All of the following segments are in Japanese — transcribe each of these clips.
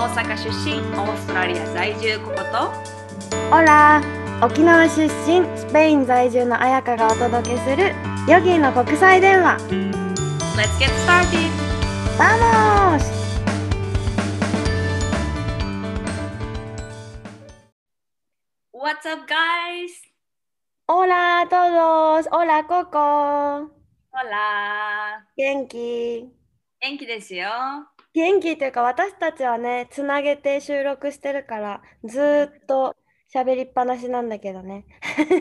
大阪出身、オーストラリア在住ココとオラ、沖縄出身、スペイン在住の彩香がお届けするヨギの国際電話。 Let's get started! ¡Vamos! What's up, guys? Hola a todos. Hola Coco. Hola! 元気元気ですよ。 元気というか、私たちはね、つなげて収録してるからずーっと喋りっぱなしなんだけどね。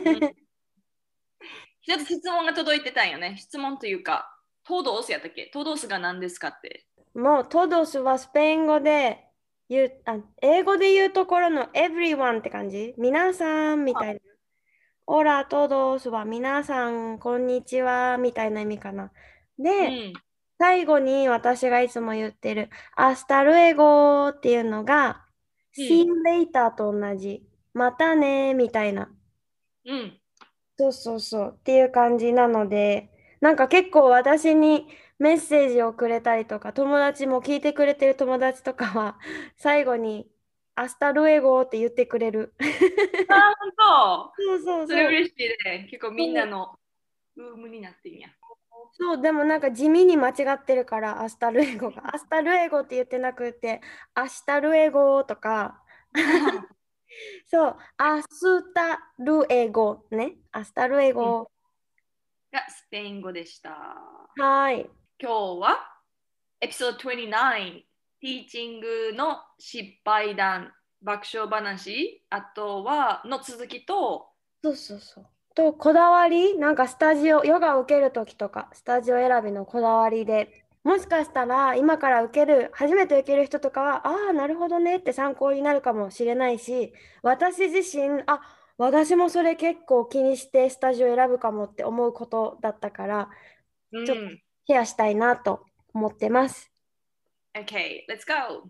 一つ質問が届いてたんよね。質問というか、トードースやったっけ？トードースが何ですかって。 もうトドスはスペイン語で英語で言うところの everyone って感じ、皆さんみたいな。オラトドスは皆さん、こんにちは、みたいな意味かな。で、 うん。 最後に私がいつも言ってる、アスタルエゴっていうのが、 う See ん。 you later と同じ。またね、みたいな。 うん。 そうそうそうっていう感じなので、なんか結構私にメッセージをくれたりとか、友達も聞いてくれてる友達とかは、最後に、アスタルエゴって言ってくれる。 あー、本当。 そうそうそう。 それ嬉しいね。結構みんなのブームになってるんや。 そう、でもなんか地味に間違ってるから、アスタルエゴが。アスタルエゴって言ってなくて、アシタルエゴとか、そう、アスタルエゴね。アスタルエうん。 ゴ。 がスペイン語でした。 はい。 今日はエピソード29、ティーチングの失敗談、爆笑話、あとはの続きと、 そうそうそう。と、こだわり、なんかスタジオ、ヨガを受けるときとか、スタジオ選びのこだわりで、もしかしたら今から受ける、初めて受ける人とかは、ああ、なるほどねって参考になるかもしれないし、私自身、私もそれ結構気にしてスタジオ選ぶかもって思うことだったから、ちょっとうん。 シェアしたいなと思ってます。 OK, let's go!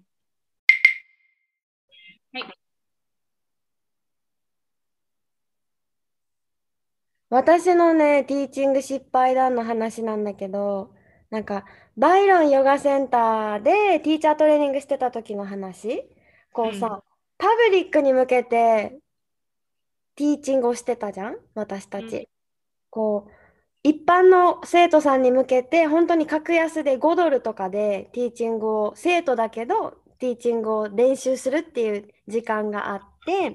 はい。 私のね、ティーチング失敗談の話なんだけど、なんか、バイロンヨガセンターでティーチャートレーニングしてた時の話、こうん。 うさ、パブリックに向けてティーチングをしてたじゃん、私たうん。 ち。こう、一般の生徒さんに向けて、本当に格安で5ドルとかでティーチングを、生徒だけど、ティーチングを練習するっていう時間があって、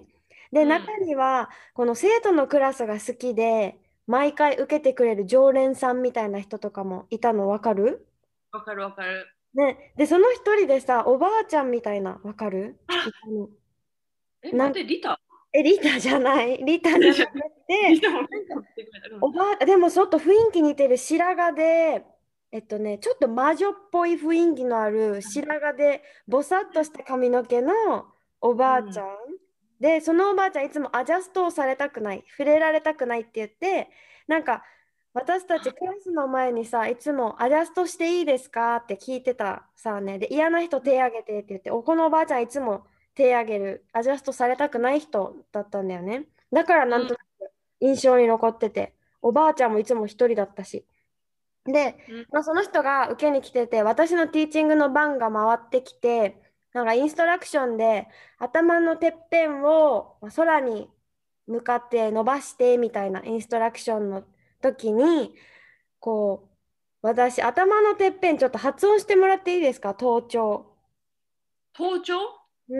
で、 うん。 中には、この生徒のクラスが好きで、毎回受けてくれる常連さんみたいな人とかもいたの分かる？ わかるわかる。 ね、で、その一人でさ、おばあちゃんみたいな、分かる？いたの。 え、 なん待って、リタ？ リタじゃない、リタじゃなくて、 リタも結構来てくれた。うん。 でもちょっと雰囲気似てる白髪で、ちょっと魔女っぽい雰囲気のある白髪で、ぼさっとした髪の毛のおばあちゃん。で、そのおばあちゃんいつもアジャストをされたくない、触れられたくないって言って、なんか私たちクラスの前にさ、いつもアジャストしていいですかって聞いてたさね。で、嫌な人手挙げてって言って、このおばあちゃんいつも手挙げる、アジャストされたくない人だったんだよね。だからなうん。 んとなく印象に残ってて。おばあちゃんもいつも一人だったし。で、 うん。 その人が受けに来てて、私のティーチングの番が回ってきて、なんかインストラクションで頭のてっぺんを空に向かって伸ばしてみたいなインストラクションの時に、こ私、頭のてっぺんちょっと発音してもらっていいですか？頭頂。 頭頂？ うん。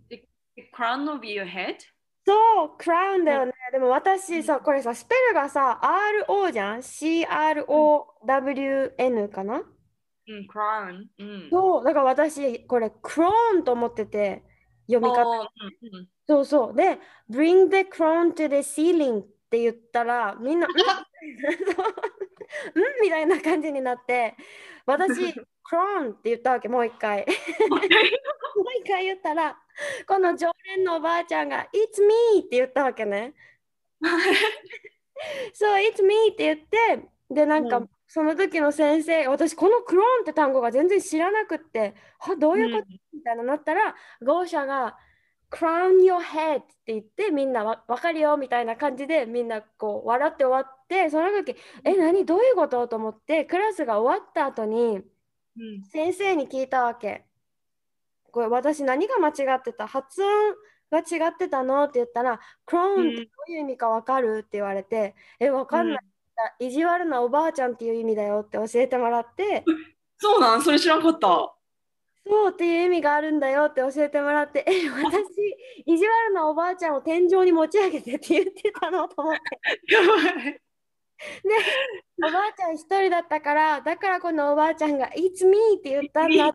The crown of your head? そう、クラウンだうん。 よね。でも私さ、これさ、スペルがさ、RO じゃん？ CROWN かな？ うん、crown。うん。 そう、だから私、これ、クローンと思ってて、読み方。 おー、うん。うん。 そうそう。で、bring the crown to the ceiling って言ったら、みんな、んみたいな感じになって、私、クローンって言ったわけ、もう一回。 もう一回。 もう一回言ったら、この常連のおばあちゃんが、It's me って言ったわけね。そう、It's me って言って、で、なんか、 うん。 その時の先生、私、このクローンって単語が全然知らなくって、どういうことうん。 みたいななったら、ゴーシャが、Crown your head って言って、みんなわかるよみたいな感じで、みんなこう、笑って終わって、その時、どういうことと思って、クラスが終わった後に、 うん。 先生に聞いたわけ。 これ私何が間違ってた発音が違ってたのって言ったら、クローンってどうん。 ういう意味かわかるって言われて、わかんない。 うん。 意地悪なおばあちゃんっていう意味だよって教えてもらって、 そうなんそれ知らんかった。 そうっていう意味があるんだよって教えてもらって、私、意地悪なおばあちゃんを天井に持ち上げてって言ってたのと思って。 やばい。 で、おばあちゃん一人だったから、だからこのおばあちゃんが、It's me って言ったんだ。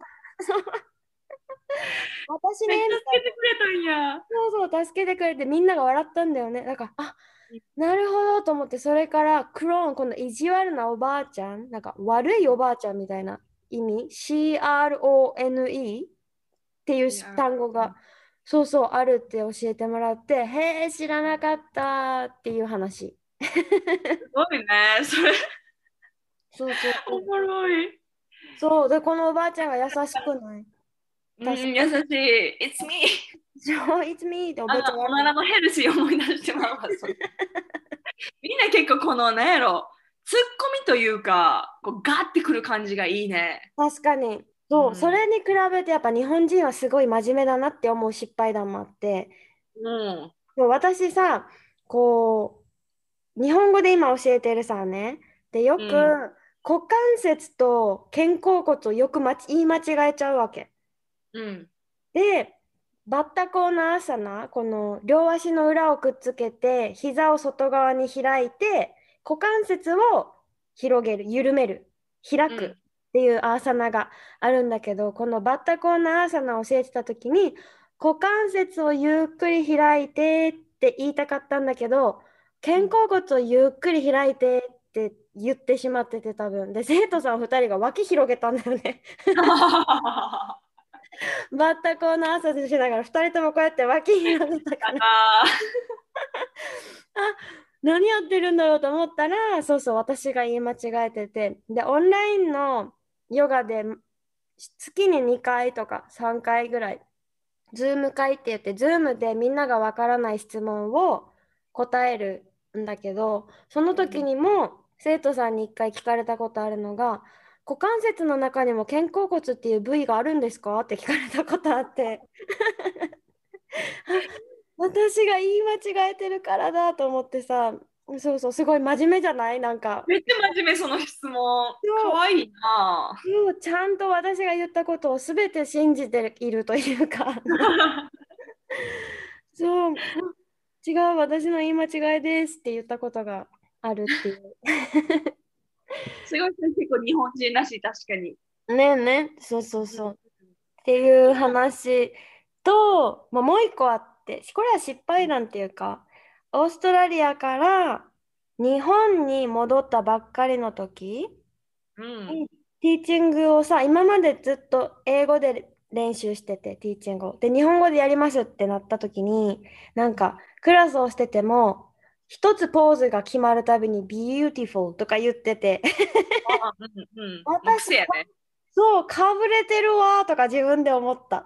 私ね、 めっちゃみたいな。 助けてくれたんや。 そうそう、助けてくれてみんなが笑ったんだよね。だから、あ、なるほどと思って、それからクローン、この意地悪なおばあちゃん、なんか悪いおばあちゃんみたいな意味、CRONE っていういや、 単語が、そうそう、あるって教えてもらって、へえ、知らなかったっていう話。 すごいね。それ、 そうそうそおう。 もろい。 そう、で、このおばあちゃんが優しくない。 うん、 確か優しい。It's me! に。そう、It's me ってめっちゃお悪い。 ならのヘルシー思い出してまうわ、それ。みんな結構この、なんやろ、ツッコミというか、こうガッてくる感じがいいね。 確かに。そう、そうん。 れに比べてやっぱ日本人はすごい真面目だなって思う失敗談もあって、 うん。 もう私さ、こ日本語で今教えてるさね。で、よくうん。 股関節と肩甲骨をよく言い間違えちゃうわけ。 うん。 で、バッタコーナーアサナ、この両足の裏をくっつけて、膝を外側に開いて、股関節を広げる、緩める、開くうん。 っていうアーサナがあるんだけど、このバッタコーナーアーサナを教えてた時に、股関節をゆっくり開いてって言いたかったんだけど、肩甲骨をゆっくり開いてって言ってしまってて多分。で、生徒さん2人が脇広げたんだよね。全くの朝でしながら2人ともこうやって脇広げたから、 ああ、何やってるんだろうと思ったら、そうそう、私が言い間違えてて、でオンラインのヨガで月に2回とか3回ぐらいズーム会って言ってズームでみんながわからない質問を答えるんだけど、その時ー、 にも生徒さんに1回聞かれたことあるのが、股関節の中にも肩甲骨っていう部位があるんですかって聞かれたことあって、あ、私が言い間違えてるからだと思ってさ、そうそう、すごい真面目じゃないなんか。 めっちゃ真面目、その質問。かそう、 わいいな。 そうちゃんと私が言ったことを全て信じているというか、そう、違う、私の言い間違いですって言ったことがあるっていう。 すごい、結構日本人らしい、確かに。 ねえね、そうそううん。 そう。っていう話と、まあ、もう一個あって、これは失敗談っていうか、オーストラリアから日本に戻ったばっかりの時、 うん。 にティーチングをさ、今までずっと英語で練習してて、ティーチングを。で、日本語でやりますってなった時に、なんか、クラスをしてても、一つポーズが決まるたびに beautiful とか言ってて、 あ、うん、うん。もう私、 癖やね。 そう、かぶれてるわーとか自分で思った。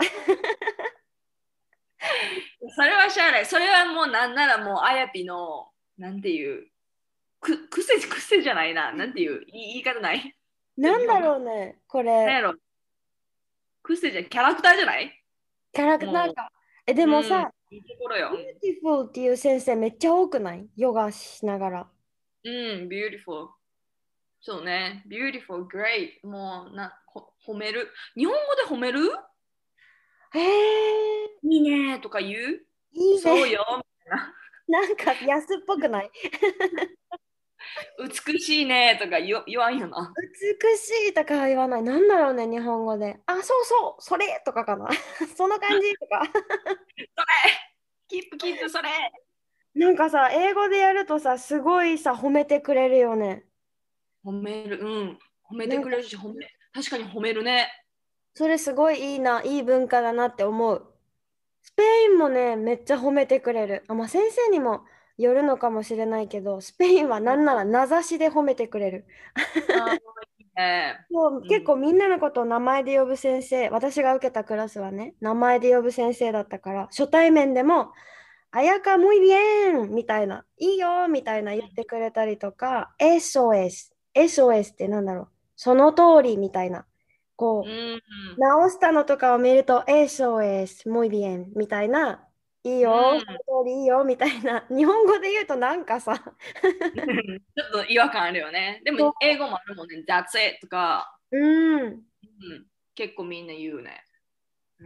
それはしゃあない。それはもうなんならもうあやぴの、なんていう、癖じゃないな。なんていう、言い方ない。 なんだ日本語。 ろうね、これ、 なんやろ。癖じゃ、キャラクターじゃないなんもか、でう、うん。 もさ、 いいところよ。 beautiful っていう先生めっちゃ多くないヨガしながら。 うん、beautiful。そうね。beautiful, great。もう、褒める。日本語で褒めるへえ、 いいねとか言ういいね。 そうよ。みたいななんか安っぽくない？ 美しいねとか言わんよな。 美しいとかは言わない。なんだろうね、日本語で。あ、そうそう、それとかかな。その感じとか。 それキープそれなんかさ、英語でやるとさ、すごいさ、褒めてくれるよね。 褒める、うん。褒めなんか、 てくれるし、確かに褒めるね。 それすごいいいな、いい文化だなって思う。スペインもね、めっちゃ褒めてくれる。あ、まあ、先生にもよるのかもしれないけど、スペインはうん、 なんなら名指しで褒めてくれる。 あー、いいね。 もううん。 結構みんなのことを名前で呼ぶ先生、私が受けたクラスはね、名前で呼ぶ先生だったから、初対面でも、あやか、muy bien! みたいな、いいよみたいな言ってくれたりとか、SOS、SOS ってなんだろう、その通りみたいな。 こうん。 う、直したのとかを見ると、eso es muy bien みたいな、いいうよ、 ん。 その通りいいよみたいな、日本語で言うとなんかさ、 ちょっと違和感あるよね。でもそ英語もあるもんね。That's it とか、 う、うん、 うん、結構みんな言うね。うん、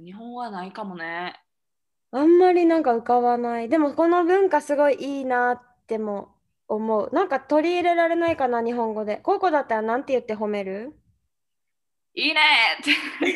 日本はないかもね。 あんまりなんか浮かばない。でもこの文化すごいいいなっても思う。なんか取り入れられないかな、日本語で。ここだったらなんて言って褒める？ いいねって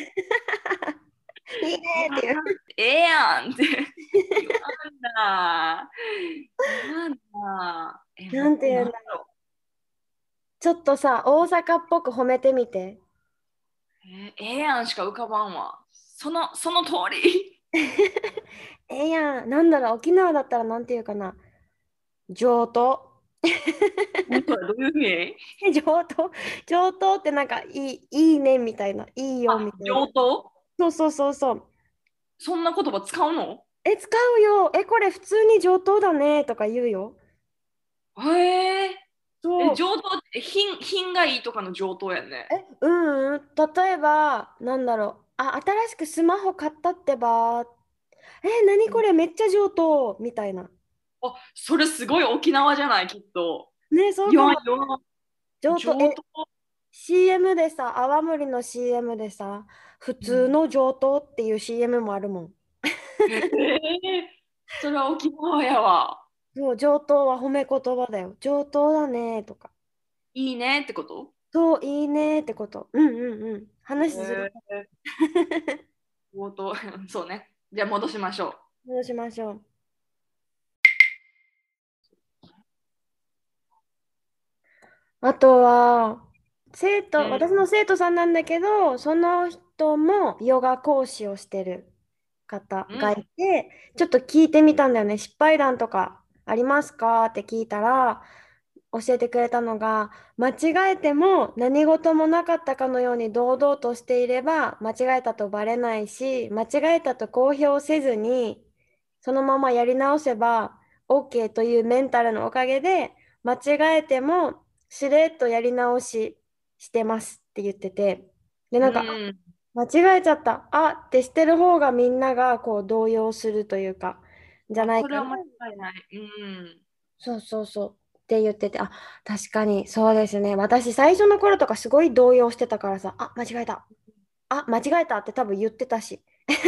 いいねいやっていう。 ええやんって言わんな。言わんな。 なんて言うんだろう。ちょっとさ、大阪っぽく褒めてみて。 ええやんしか浮かばんわ。その通り。 ええやん。なんだろう、沖縄だったらなんて言うかな。上等。 本当はどういう意味？ 上等。上等ってなんかいいねみたいな。いいよみあ、 たいな。 上等。 そうそうそうそう。 そんな言葉使うの？ 使うよ。これ普通に上等だねとか言うよ。 へえ。 そう。 上等って品がいいとかの上等やんね。 うんうん。例えば、なんだろう。新しくスマホ買ったってば。何これめっちゃ上等みたいな。 あ、それすごい沖縄じゃない、きっと。 ね、そう言かも。 わん言わん。 上等。 上等。 CM でさ、泡盛の CM でさ、普うん、 通の上等っていう CM もあるもん。 へえ。それは沖縄やわ。 そう、上等は褒め言葉だよ。上等だねとか。 いいねってこと？ そう、いいねってこと。うんうんうん。話ずれ。 へえ。上等。そうね。じゃあ戻しましょう。 どうしましょう。あとは、私の生徒さんなんだけど、その人もヨガ講師をしてる方うん。 がいて、ちょっと聞いてみたんだよね。失敗談とかありますかって聞いたら、教えてくれたのが、間違えても何事もなかったかのように堂々としていれば、間違えたとバレないし、間違えたと公表せずに、そのままやり直せば OK というメンタルのおかげで、間違えてもしれっとやり直ししてますって言ってて、で、 うなんか、 ん。 間違えちゃった。ってしてる方がみんながこう動揺するというか、じゃあ、 ないかな。 それは間違いない。うん。 そうそうそうって言ってて、確かにそうですね。私最初の頃とかすごい動揺してたからさ、間違えた。間違えたって多分言ってたし。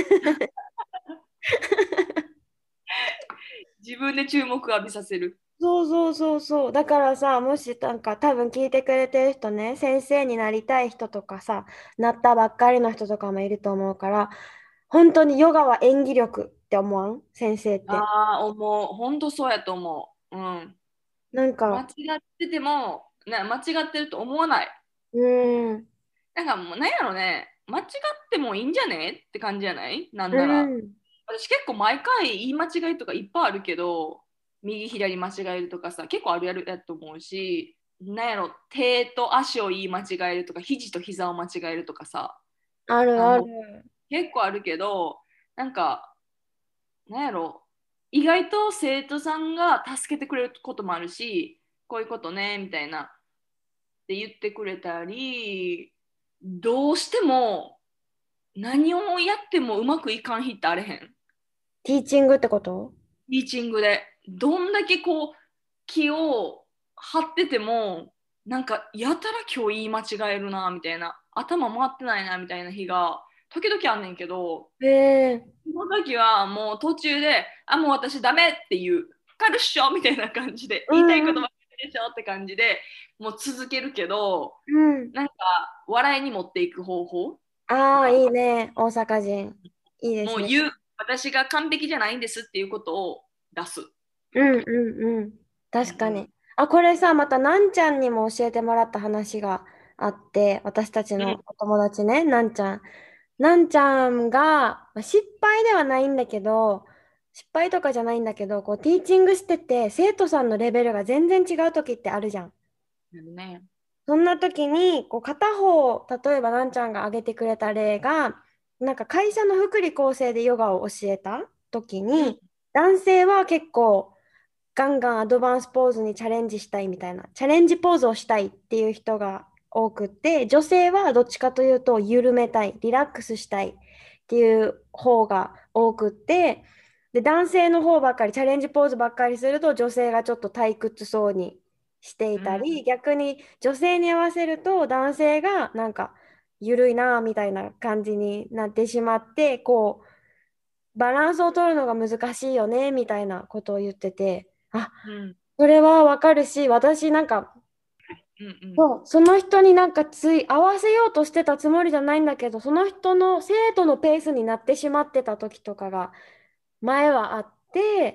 自分で注目浴びさせる。 そうそうそうそう。だからさ、もしなんか多分聞いてくれてる人ね、先生になりたい人とかさ、なったばっかりの人とかもいると思うから、本当にヨガは演技力って思わん先生って。 ああ、思う。本当そうやと思う。うん。間違なんか、 ってても、間違ってると思わない。 うーん、 なんかもう、なんやろね。間違ってもいいんじゃねって感じじゃないなんうなら。 ん、 私結構毎回言い間違いとかいっぱいあるけど、右左間違えるとかさ、結構あるやるやと思うし、なんやろ、手と足を言い間違えるとか、肘と膝を間違えるとかさ、 あるある。 もう結構あるけど、なんか、なんやろ、意外と生徒さんが助けてくれることもあるし、こういうことね、みたいなって言ってくれたり、どうしても何をやってもうまくいかん日ってあれへん。 ティーチングってこと？ ティーチングで。どんだけこう、気を張ってても、なんかやたら今日言い間違えるな、みたいな。頭回ってないな、みたいな日が時々あんねんけど、 へえ。 その時はもう途中で、もう私ダメっていう、カルっしょみたいな感じで、 う言いたいんうんことばっかりでしょって感じでもう続けるけど、 うん。 なんか笑いに持っていく方法とああ、 か、 いいね。大阪人。いいですね。 もう言う、私が完璧じゃないんですっていうことを出す。 うんうんうん。確かうん、 に。これさ、またなんちゃんにも教えてもらった話があって、私たちうん、 のお友達ね、なんちゃん。なんちゃんが、失敗ではないんだけど、失敗とかじゃないんだけど、こう、ティーチングしてて、生徒さんのレベルが全然違う時ってあるじゃん。 ね、 そんな時に、こう片方、例えばなんちゃんが挙げてくれた例が、なんか会社の福利厚生でヨガを教えた時うん、 に、男性は結構ガンガンアドバンスポーズにチャレンジしたいみたいな、チャレンジポーズをしたいっていう人が多くって、女性はどっちかというと緩めたい、リラックスしたいっていう方が多くって、で、男性の方ばっかり、チャレンジポーズばっかりすると女性がちょっと退屈そうにしていたうんり、逆に女性に合わせると男性がなんか緩いなみたいな感じになってしまって、こう、バランスを取るのが難しいよねみたいなことを言ってて、あ、 うんそれはわかるし、私なんか、 うんそう、その人になんかつい合わせようとしてたつもりじゃないんだけど、その人の生徒のペースになってしまってた時とかが前はあって、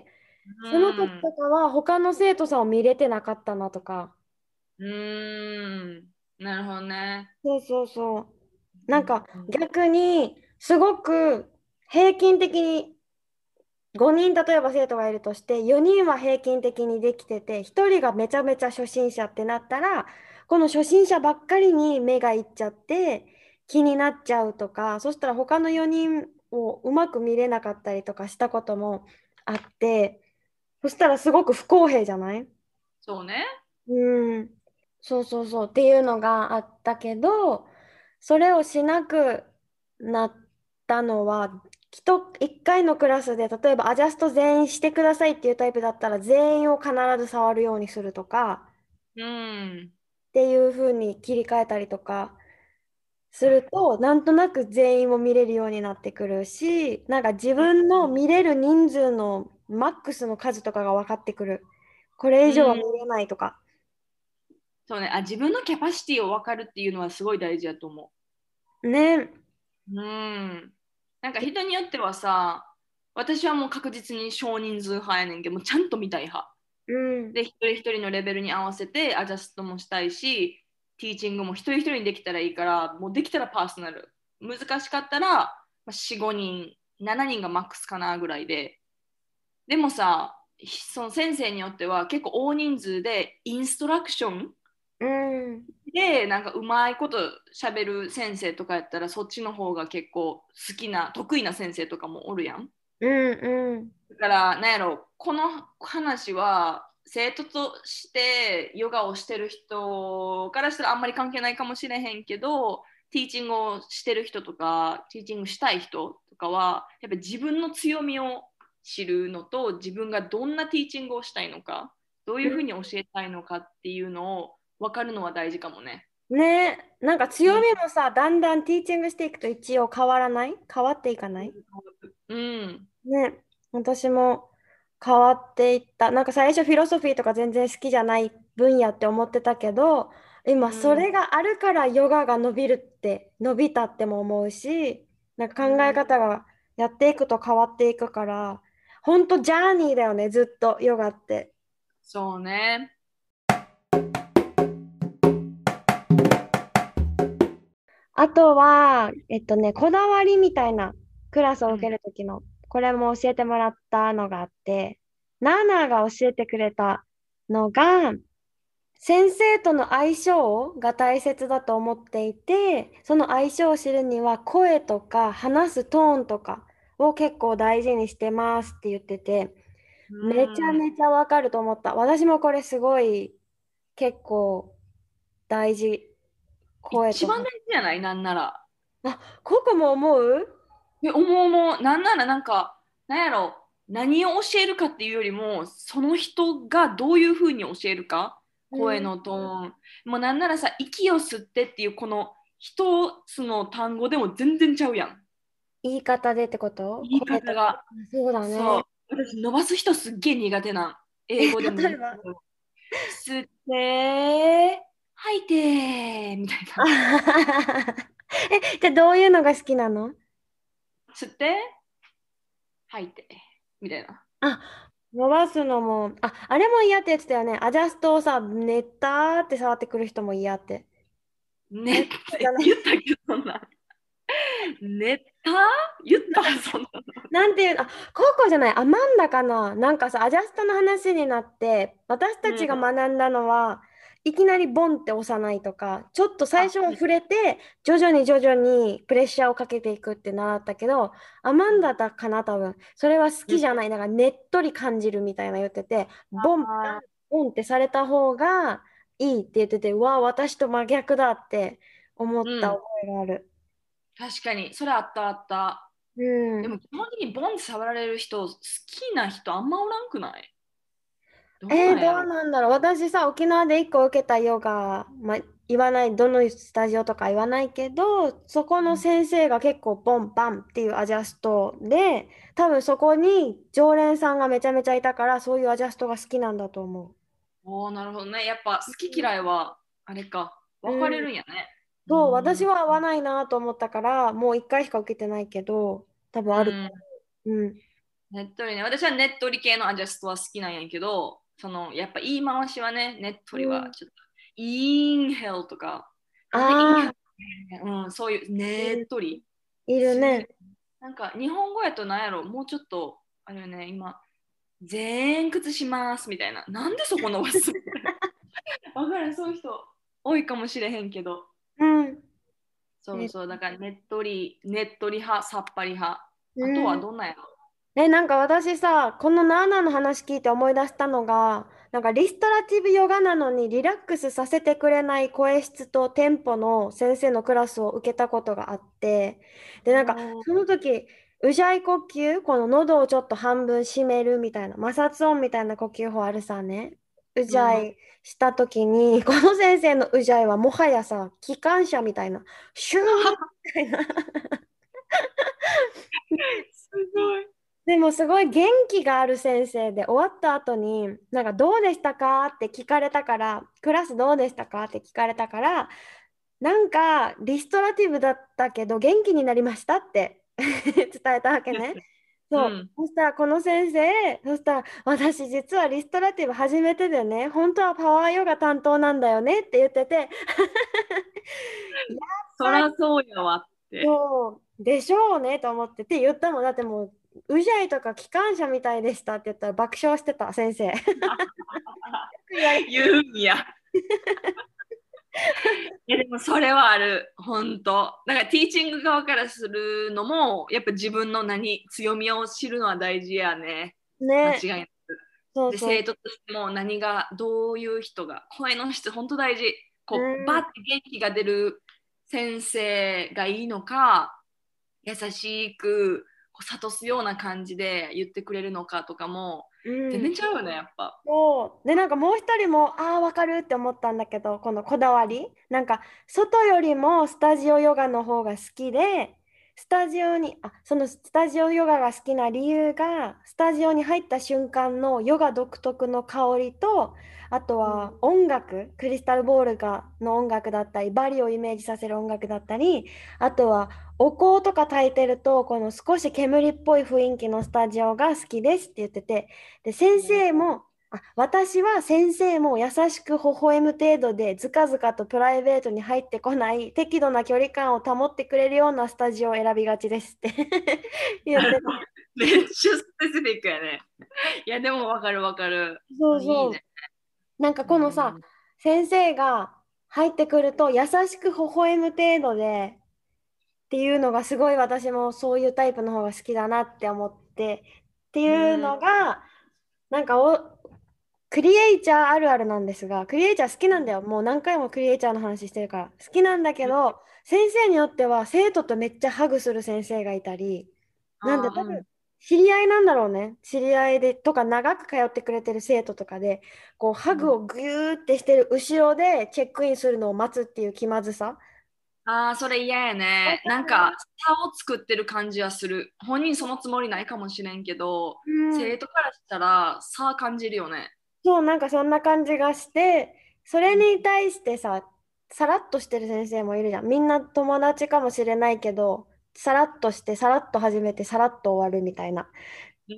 うその時とんかは他の生徒さんを見れてなかったなとか。 うんなるほどね。 そうそうそう。 うなんかん逆にすごく平均的に5人例えば生徒がいるとして4人は平均的にできてて1人がめちゃめちゃ初心者ってなったらこの初心者ばっかりに目がいっちゃって気になっちゃうとかそしたら他の4人をうまく見れなかったりとかしたこともあってそしたらすごく不公平じゃない？ そうね。 うん、そうそうそうっていうのがあったけど、それをしなくなったのは、1回のクラスで、例えばアジャスト全員してくださいっていうタイプだったら、全員を必ず触るようにするとか、 うんっていう風に切り替えたりとかすると、なんとなく全員を見れるようになってくるし、なんか自分の見れる人数のマックスの数とかが分かってくる。これ以上は見うんれないとか。 そうね。自分のキャパシティを分かるっていうのはすごい大事だと思ね。 う。なんか人によってはさ、私はもう確実に少人数派やねんけど、もうちゃんと見たい派。 うん。 で、一人一人のレベルに合わせてアジャストもしたいし、ティーチングも一人一人にできたらいいから、もうできたらパーソナル。難しかったら、4、5人、7人がマックスかなぐらいで。でもさ、その先生によっては結構大人数でインストラクションうん。 でなんかうまいこと喋る先生とかやったらそっちの方が結構好きな得意な先生とかもおるやん。 うん。うん。 だからなんやろこの話は生徒としてヨガをしてる人からしたらあんまり関係ないかもしれへんけどティーチングをしてる人とかティーチングしたい人とかはやっぱ自分の強みを知るのと自分がどんなティーチングをしたいのかどういうふうに教えたいのかっていうのを分かるのは大事かもね。 ね、なんか強うんみもさ、だんだんティーチングしていくと一応変わらない変わっていかない？ うん。 ね、私も変わっていった。なんか最初フィロソフィーとか全然好きじゃない分野って思ってたけど、今そうん。 れがあるからヨガが伸びるって、伸びたっても思うし、なんか考えうん。 方がやっていくと変わっていくから、ほんとジャーニーだよね、ずっとヨガって。 そうね。 あとは、こだわりみたいなクラスを受けうん。 るときの、これも教えてもらったのがあって、ナーナーが教えてくれたのが、先生との相性が大切だと思っていて、その相性を知るには声とか話すトーンとかを結構大事にしてますって言ってて、 うめちゃん。 めちゃわかると思った。私もこれすごい結構大事。声とか。 一番大事じゃないなんなら。 あ、ここも思う？ 思う。なんならなんか、なんやろ、何を教えるかっていうよりも、その人がどういうふうに教えるか、 うん。 声のトーン。もうなんならさ、息を吸ってっていうこの一つの単語でも全然ちゃうやん。 言い方でってこと？ 言い声とか。 方が。 そうだね。 そう。私、伸ばす人すっげえ苦手なん。英語でも例えば。 日本語でも。吸って、吐いて、みたいあな。 はははじゃあどういうのが好きなの？ 吸って、吐いて、みたいな。 あ、伸ばすのも、あれも嫌って言ってたよね。アジャストをさ、寝たって触ってくる人も嫌って。あねっれ、そうじゃてない。 言ったけど、そんな。寝た言ったそんなの。 なんていうの、ココじゃない、アマンダかな。なんかさ、アジャストの話になって、私たちがうん。 学んだのは、いきなりボンって押さないとか、ちょっと最あ、 初は触れて、徐々にプレッシャーをかけていくって習ったけど、アマンダだかな、多分。それは好うん。 きじゃない。ねっとり感じるみたいな言ってて、ボン、 あボンってされた方がいいって言ってて、うわあ、私と真逆だって思うったん。 覚えがある。 確かに、それあったあった。 うん。 でも基本的にボンって触られる人、好きな人あんまおらんくない？どうなんどうやろ？ なんだろう。私さ、沖縄で1個受けたヨガ、まあ、言わない、どのスタジオとか言わないけど、そこの先生が結構ボンバンっていうアジャストで、多分そこに常連さんがめちゃめちゃいたから、そういうアジャストが好きなんだと思おー、なるほどね。やっぱ好き嫌いは、あれか、 う。 分かうん。 れるんやね。うそう、私ん。 は合わないなと思ったから、もう1回しか受けてないけど、多分ある。 うん。 うん。 ねっとりね。私はねっとり系のアジャストは好きなんやけど、やっぱ言い回しはね、ねっとりうん。 はちょっと、インヘルとか、なんでインヘああ、 ル、うん、そういうねっとり。 いるね。 なんか日本語やとなんやろ、もうちょっと、あれよね、今、前屈しますみたいな。なんでそこ伸ばす？わかる、そういう人多いかもしれへんけど。 うん。え、 そうそう、だからねっとり派、さっぱり派。あとうん。 はどんなんやろ？ なんか私さ、このナーナの話聞いて思い出したのが、なんかリストラティブヨガなのにリラックスさせてくれない声質とテンポの先生のクラスを受けたことがあって、で、なんかおー、 その時、うじゃい呼吸、この喉をちょっと半分閉めるみたいな、摩擦音みたいな呼吸法あるさね。ううん。 じゃいした時に、この先生のうじゃいはもはやさ、機関車みたいな、シューみたいな。 すごい。 でもすごい元気がある先生で終わった後になんかどうでしたかって聞かれたからクラスどうでしたかって聞かれたからなんかリストラティブだったけど元気になりましたって伝えたわけね。そう。 うん。 そしたらこの先生、そしたら私実はリストラティブ初めてでね、本当はパワーヨガ担当なんだよねって言ってて、やっぱりそらそうやわって。 そうでしょうねと思って言ったもん。だってもう、うじゃいとか機関車みたいでしたって言ったら爆笑してた、先生。よく言われて。 言うんや。いやでもそれはある、本当。なんかティーチング側からするのも、やっぱ自分の強みを知るのは大事やね。間違ね。 いない。で、 そうそう。 生徒としてもどういう人が、声の質、本当大事。 うこう、バッん。 て元気が出る先生がいいのか、優しくこう諭すような感じで言ってくれるのかとかも、 う全ん。 然ちゃうよね、やっぱ。 そう。で、なんかもう一人も、ああ、わかるって思ったんだけど、このこだわり。なんか、外よりもスタジオヨガの方が好きで、そのスタジオヨガが好きな理由が、スタジオに入った瞬間のヨガ独特の香りと、あとうん。 は音楽、クリスタルボールの音楽だったり、バリをイメージさせる音楽だったり、あとはお香とか焚いてると、この少し煙っぽい雰囲気のスタジオが好きですって言ってて、で、先生も、私は先生も優しく微笑む程度でずかずかとプライベートに入ってこない適度な距離感を保ってくれるようなスタジオを選びがちですって言ってて。 めっちゃスペシフィックやね。いや、でもわかるわかる。あ、いいね。 そうそう。なんかうこのさ、 ん。 先生が入ってくると優しく微笑む程度でっていうのがすごい私もそういうタイプの方が好きだなって思ってってういうん。 のがなんかクリエイチャーあるあるなんですが、クリエイチャー好きなんだよ。もう何回もクリエイチャーの話してるから。好きなんだけど、先生によっては生徒とめっちゃハグする先生がいたり、なんであ、 多分うん。 知り合いなんだろうね。知り合いでとか長く通ってくれてる生徒とかで、こうハグうん。 をギューってしてる後ろでチェックインするのを待つっていう気まずさ。 ああ、それ嫌やね。 わかなんか、 る。 差を作ってる感じはする。本人そのつもりないかもしれんけど、 うん。 生徒からしたら差感じるよね。 そう、なんかそんな感じがして、それに対してさ、さらっとしてる先生もいるじゃん。みんな友達かもしれないけど、さらっとして、さらっと始めて、さらっと終わるみたいな。 うん。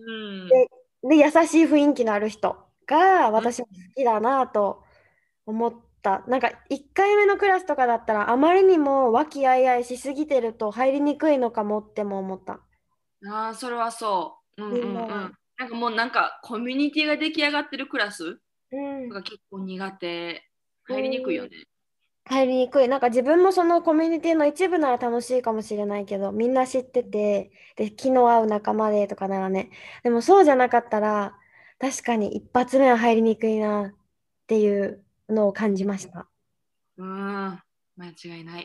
で、優しい雰囲気のある人がうん。 私は好きだなと思った。なんか1回目のクラスとかだったら、あまりにも和気あいあいしすぎてると入りにくいのかもっても思った。 ああ、それはそう。うんうんうん。 みんなが。 なんかもうなんかコミュニティが出来上がってるクラスうん。 が結構苦手。 う入りにくいよん。 ね。 入りにくい。なんか自分もそのコミュニティの一部なら楽しいかもしれないけど、みんな知ってて、で、気の合う仲間でとかならね。でもそうじゃなかったら、確かに一発目は入りにくいなっていう。 のを感じました。 間違いない。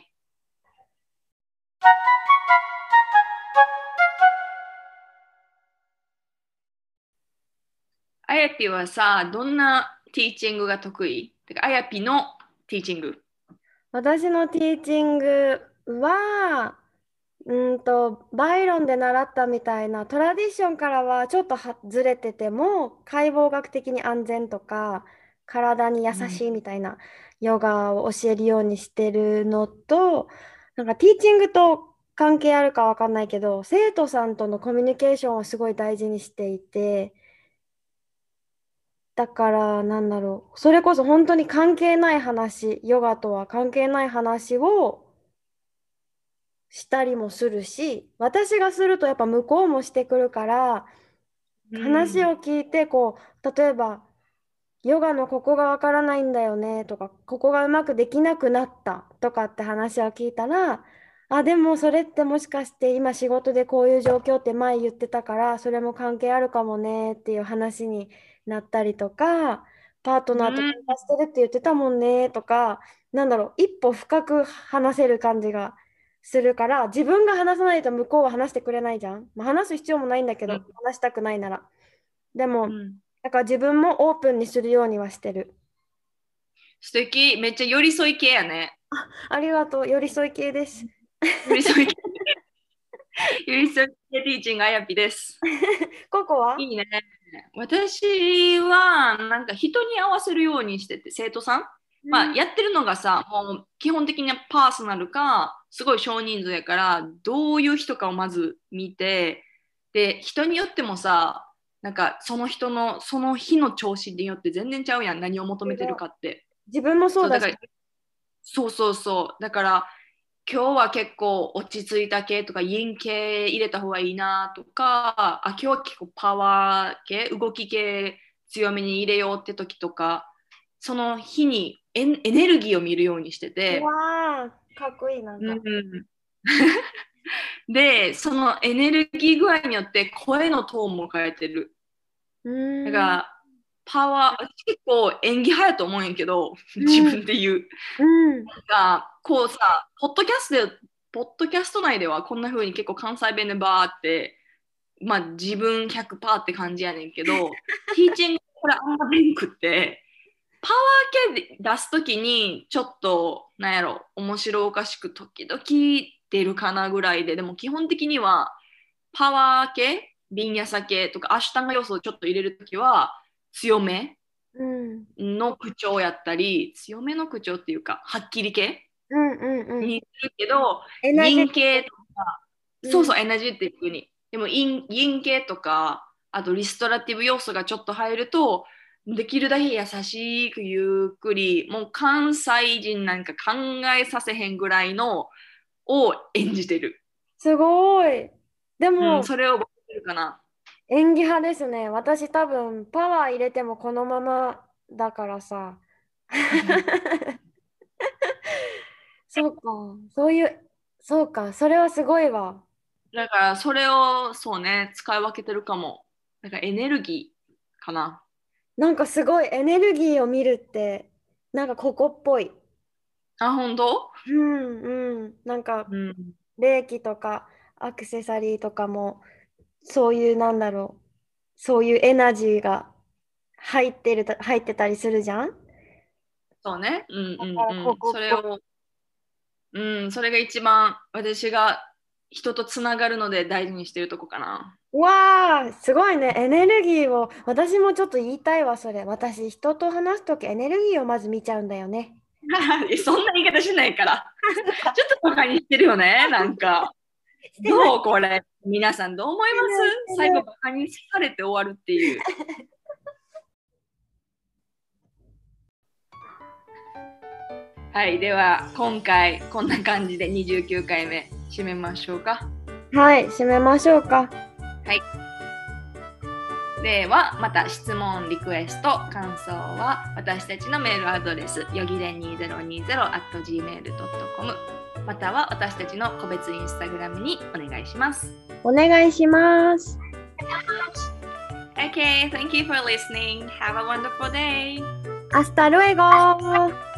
あやぴはさ、どんなティーチングが得意？てか、あやぴのティーチング。 私のティーチングは、バイロンで習ったみたいなトラディションからはちょっとずれてても、解剖学的に安全とか、体に優うん。 しいみたいなヨガを教えるようにしてるのと、なんかティーチングと関係あるかわかんないけど、生徒さんとのコミュニケーションをすごい大事にしていて、だからなんだろう、それこそ本当に関係ない話、ヨガとは関係ない話をしたりもするし、私がするとやっぱ向こうもしてくるから、 うん。 話を聞いてこう、例えばヨガのここがわからないんだよねとか、ここがうまくできなくなったとかって話を聞いたら、あ、でもそれってもしかして今仕事でこういう状況って前言ってたから、それも関係あるかもねっていう話になったりとか、パートナーと喧うん。 嘩してるって言ってたもんねとか、なんだろう、一歩深く話せる感じがするから、自分が話さないと向こうは話してくれないじゃん。まあ、話す必要もないんだけど、 うん。 話したくないなら。でも、 うん。 だから自分もオープンにするようにはしてる。 素敵。めっちゃ寄り添い系やね。 ありがとう。寄り添い系です。 寄り添い系。寄り添い系ティーチングあやぴです。 ココは。 いいね。私は、なんか人に合わせるようにしてて、生徒さん、まあ、 うんやってるのがさ、もう基本的にはパーソナルか、すごい少人数やから、どういう人かをまず見て、で、人によってもさ、なんかその人のその日の調子によって全然ちゃうやん、何を求めてるかって。 自分もそうそう、だだし。 から、そうそうそう。だから、今日は結構落ち着いた系とか陰系入れた方がいいなとか、今日は結構パワー系、動き系強めに入れようって時とか、その日にエネルギーを見るようにしてうて、 わー、かっこいい、なんうか。 ん、で、そのエネルギー具合によって声のトーンも変えてる。 うーん。 だから、パワー、私結構演技派やと思うんやけど、自うん。 分で言う。 うん。 こうさ、ポッドキャスト内ではこんな風に結構関西弁でバーって、まあ自分100%って感じやねんけど、ティーチングこれあんまでんくって、パワー系で出すときにちょっと、なんやろ、面白おかしく時々出るかなぐらいで、でも基本的にはパワー系、ビンヤサ系とかアシュタンガ要素をちょっと入れるときは強めうん。 の口調やったり、強めの口調っていうか、はっきり系うん。うん。うん。 にするけど、 エナジー。 陰系とか、 うん。 そうそう、エナジーっていうふうに。でも陰系とか、あとリストラティブ要素がちょっと入ると、できるだけ優しくゆっくり、もう関西人なんか考えさせへんぐらいのを演じてる。 すごい。でうん、 も、 それを覚えてるかな。 演技派ですね。私多分、パワー入れてもこのままだからさ。そうか。そういう、そうか。それはすごいわ。 だからそれをそうね、使い分けてるかも。だからエネルギーかな。 なんかすごいエネルギーを見るって、なんかここっぽい。 あ、本当？ うんうん。なんか、 うん。 霊気とかアクセサリーとかも、そういう、なんだろう。そういうエナジーが入ってたりするじゃん。 そうね。うんだからこうんうん。 こっぽい。 それが一番私が人とつながるので大事にしてるとこかな。 わあ、すごいね。エネルギーを、私もちょっと言いたいわ、それ。私、人と話すときエネルギーをまず見ちゃうんだよね。 そんな言い方しないから。 そっか。 ちょっとバカにしてるよね。なんか、 してない。 どうこれ。皆さんどう思いましてない。しす？最後てない。 バカにされて終わるっていう。はい。では、今回こんな感じで29回目締めましょうか。 はい、締めましょうか。 はい。では、また質問、リクエスト、感想は私たちのメールアドレス、よぎれん 2020@gmail.com または私たちの個別インスタグラムにお願いします。 お願いします。 Okay, thank you for listening. Have a wonderful day. Hasta luego.